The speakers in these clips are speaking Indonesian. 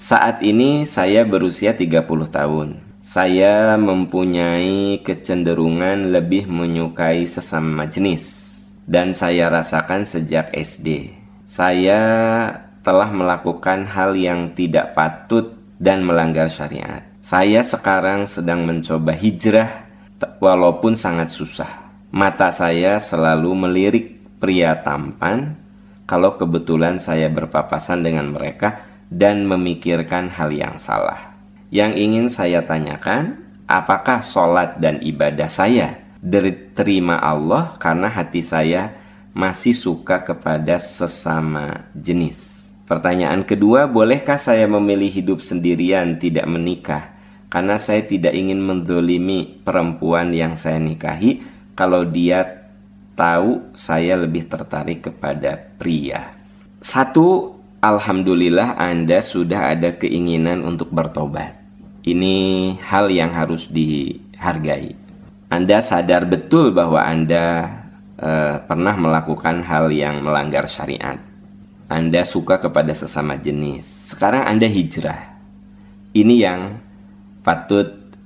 Saat ini saya berusia 30 tahun. Saya mempunyai kecenderungan lebih menyukai sesama jenis. Dan saya rasakan sejak SD. Saya telah melakukan hal yang tidak patut dan melanggar syariat. Saya sekarang sedang mencoba hijrah walaupun sangat susah. Mata saya selalu melirik pria tampan kalau kebetulan saya berpapasan dengan mereka dan memikirkan hal yang salah. Yang ingin saya tanyakan, apakah sholat dan ibadah saya diterima Allah karena hati saya masih suka kepada sesama jenis? Pertanyaan kedua, bolehkah saya memilih hidup sendirian tidak menikah karena saya tidak ingin menzolimi perempuan yang saya nikahi kalau dia tahu saya lebih tertarik kepada pria? Satu, alhamdulillah Anda sudah ada keinginan untuk bertobat. Ini hal yang harus dihargai. Anda sadar betul bahwa Anda pernah melakukan hal yang melanggar syariat. Anda suka kepada sesama jenis. Sekarang Anda hijrah. Ini yang patut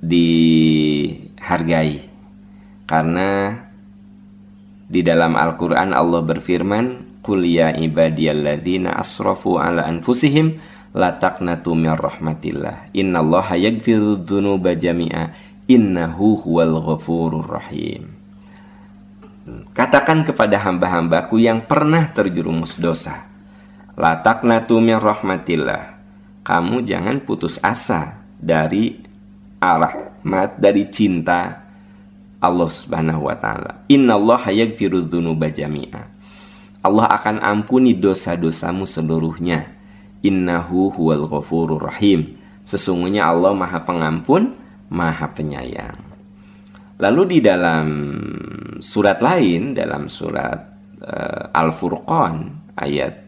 dihargai. Karena di dalam Al-Quran Allah berfirman, Qul ya ibadiyalladzina asrafu ala anfusihim la taqnatu mir rahmatillah innallaha yaghfiru dzunuba jami'a innahu huwal ghafurur rahim. Katakan kepada hamba-hambaku yang pernah terjerumus dosa, la taqnatu mir rahmatillah, kamu jangan putus asa dari rahmat, dari cinta Allah Subhanahu wa taala. Innallaha yaghfiru dzunuba jami'a, Allah akan ampuni dosa-dosamu seluruhnya. Innahu huwal ghafurur rahim, sesungguhnya Allah Maha Pengampun, Maha Penyayang. Lalu di dalam surat lain, dalam surat Al-Furqan ayat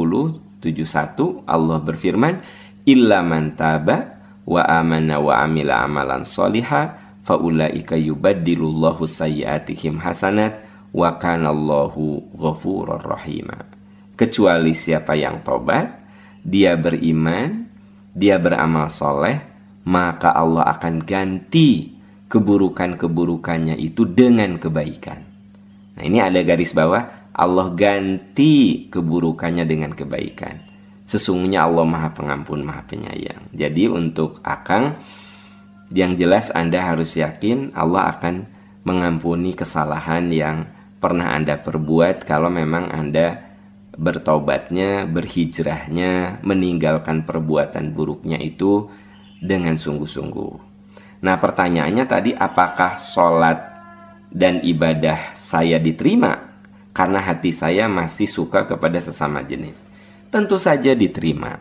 70-71, Allah berfirman, illa man taba wa amana wa amila amalan sholiha faulaika yubaddilullahu sayyiatihim hasanat wa kanallahu ghafurur rahima. Kecuali siapa yang tobat, dia beriman, dia beramal soleh, maka Allah akan ganti keburukan-keburukannya itu dengan kebaikan. Nah, ini ada garis bawah, Allah ganti keburukannya dengan kebaikan. Sesungguhnya Allah Maha Pengampun, Maha Penyayang. Jadi untuk Akang, yang jelas Anda harus yakin Allah akan mengampuni kesalahan yang pernah Anda perbuat kalau memang Anda bertobatnya, berhijrahnya, meninggalkan perbuatan buruknya itu dengan sungguh-sungguh. Nah, pertanyaannya tadi, apakah sholat dan ibadah saya diterima karena hati saya masih suka kepada sesama jenis? Tentu saja diterima.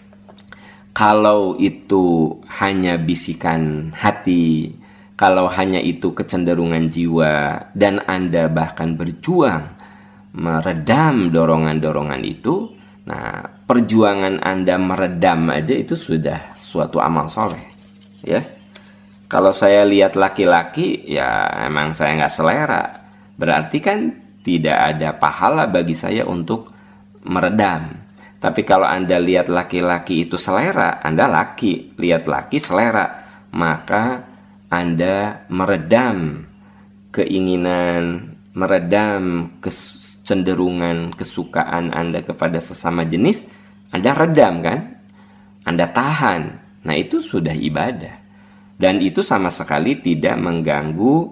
Kalau itu hanya bisikan hati, kalau hanya itu kecenderungan jiwa, dan Anda bahkan berjuang meredam dorongan-dorongan itu, nah perjuangan Anda meredam aja itu sudah suatu amal soleh, ya. Kalau saya lihat laki-laki, ya emang saya nggak selera, berarti kan tidak ada pahala bagi saya untuk meredam. Tapi kalau Anda lihat laki-laki itu selera, Anda laki, lihat laki selera, maka Anda meredam keinginan, meredam kecenderungan, kesukaan Anda kepada sesama jenis, Anda redam kan? Anda tahan. Nah, itu sudah ibadah. Dan itu sama sekali tidak mengganggu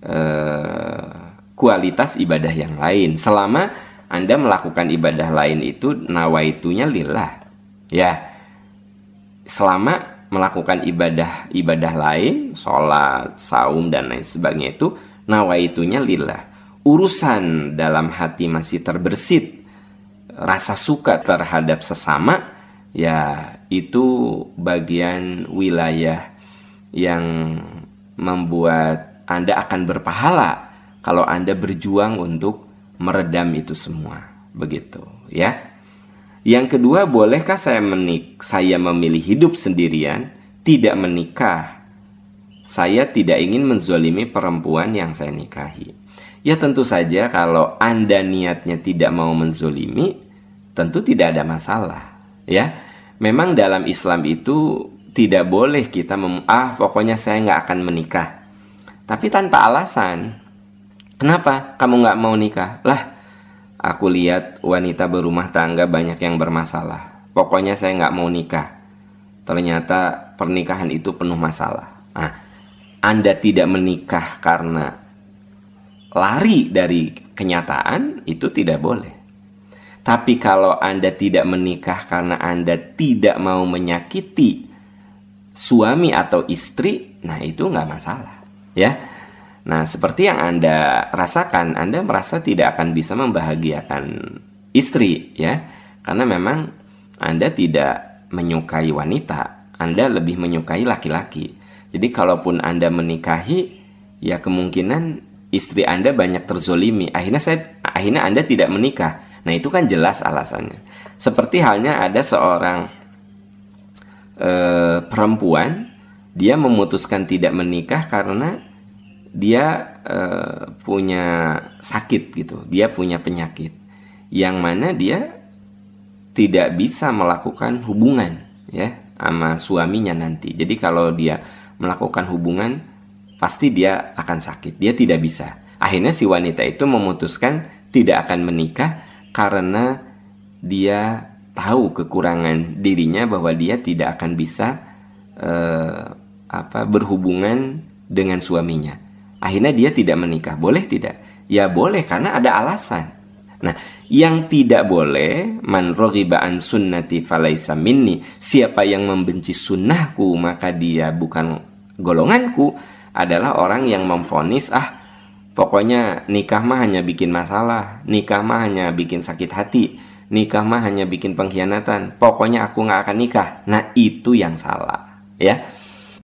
kualitas ibadah yang lain. Selama Anda melakukan ibadah lain itu nawaitunya lillah. Ya. Selama melakukan ibadah lain, sholat, saum dan lain sebagainya itu nawaitunya lillah. Urusan dalam hati masih terbersit rasa suka terhadap sesama, ya itu bagian wilayah yang membuat Anda akan berpahala kalau Anda berjuang untuk meredam itu semua. Begitu, ya. Yang kedua, bolehkah saya memilih hidup sendirian, tidak menikah? Saya tidak ingin menzolimi perempuan yang saya nikahi. Ya tentu saja kalau Anda niatnya tidak mau menzolimi, tentu tidak ada masalah, ya. memang dalam Islam itu tidak boleh kita pokoknya saya nggak akan menikah. Tapi tanpa alasan. Kenapa kamu nggak mau nikah? Lah, aku lihat wanita berumah tangga banyak yang bermasalah. Pokoknya saya nggak mau nikah. Ternyata pernikahan itu penuh masalah. Nah, Anda tidak menikah karena lari dari kenyataan, itu tidak boleh. Tapi kalau Anda tidak menikah karena Anda tidak mau menyakiti suami atau istri, nah itu nggak masalah, ya. Nah, seperti yang Anda rasakan, Anda merasa tidak akan bisa membahagiakan istri, ya, karena memang Anda tidak menyukai wanita, Anda lebih menyukai laki-laki. Jadi kalaupun Anda menikahi, ya kemungkinan istri Anda banyak terzolimi. Akhirnya Anda tidak menikah. Nah, itu kan jelas alasannya. Seperti halnya ada seorang perempuan, dia memutuskan tidak menikah karena dia punya sakit gitu, dia punya penyakit yang mana dia tidak bisa melakukan hubungan, ya, sama suaminya nanti. Jadi kalau dia melakukan hubungan pasti dia akan sakit, dia tidak bisa. Akhirnya si wanita itu memutuskan tidak akan menikah karena dia tahu kekurangan dirinya bahwa dia tidak akan bisa berhubungan dengan suaminya. Akhirnya dia tidak menikah. Boleh tidak? Ya boleh, karena ada alasan. Nah, yang tidak boleh, man raghiba an sunnati falaisa minni, siapa yang membenci sunnahku maka dia bukan golonganku, adalah orang yang memvonis, pokoknya nikah mah hanya bikin masalah, nikah mah hanya bikin sakit hati, nikah mah hanya bikin pengkhianatan, pokoknya aku gak akan nikah. Nah, itu yang salah, ya.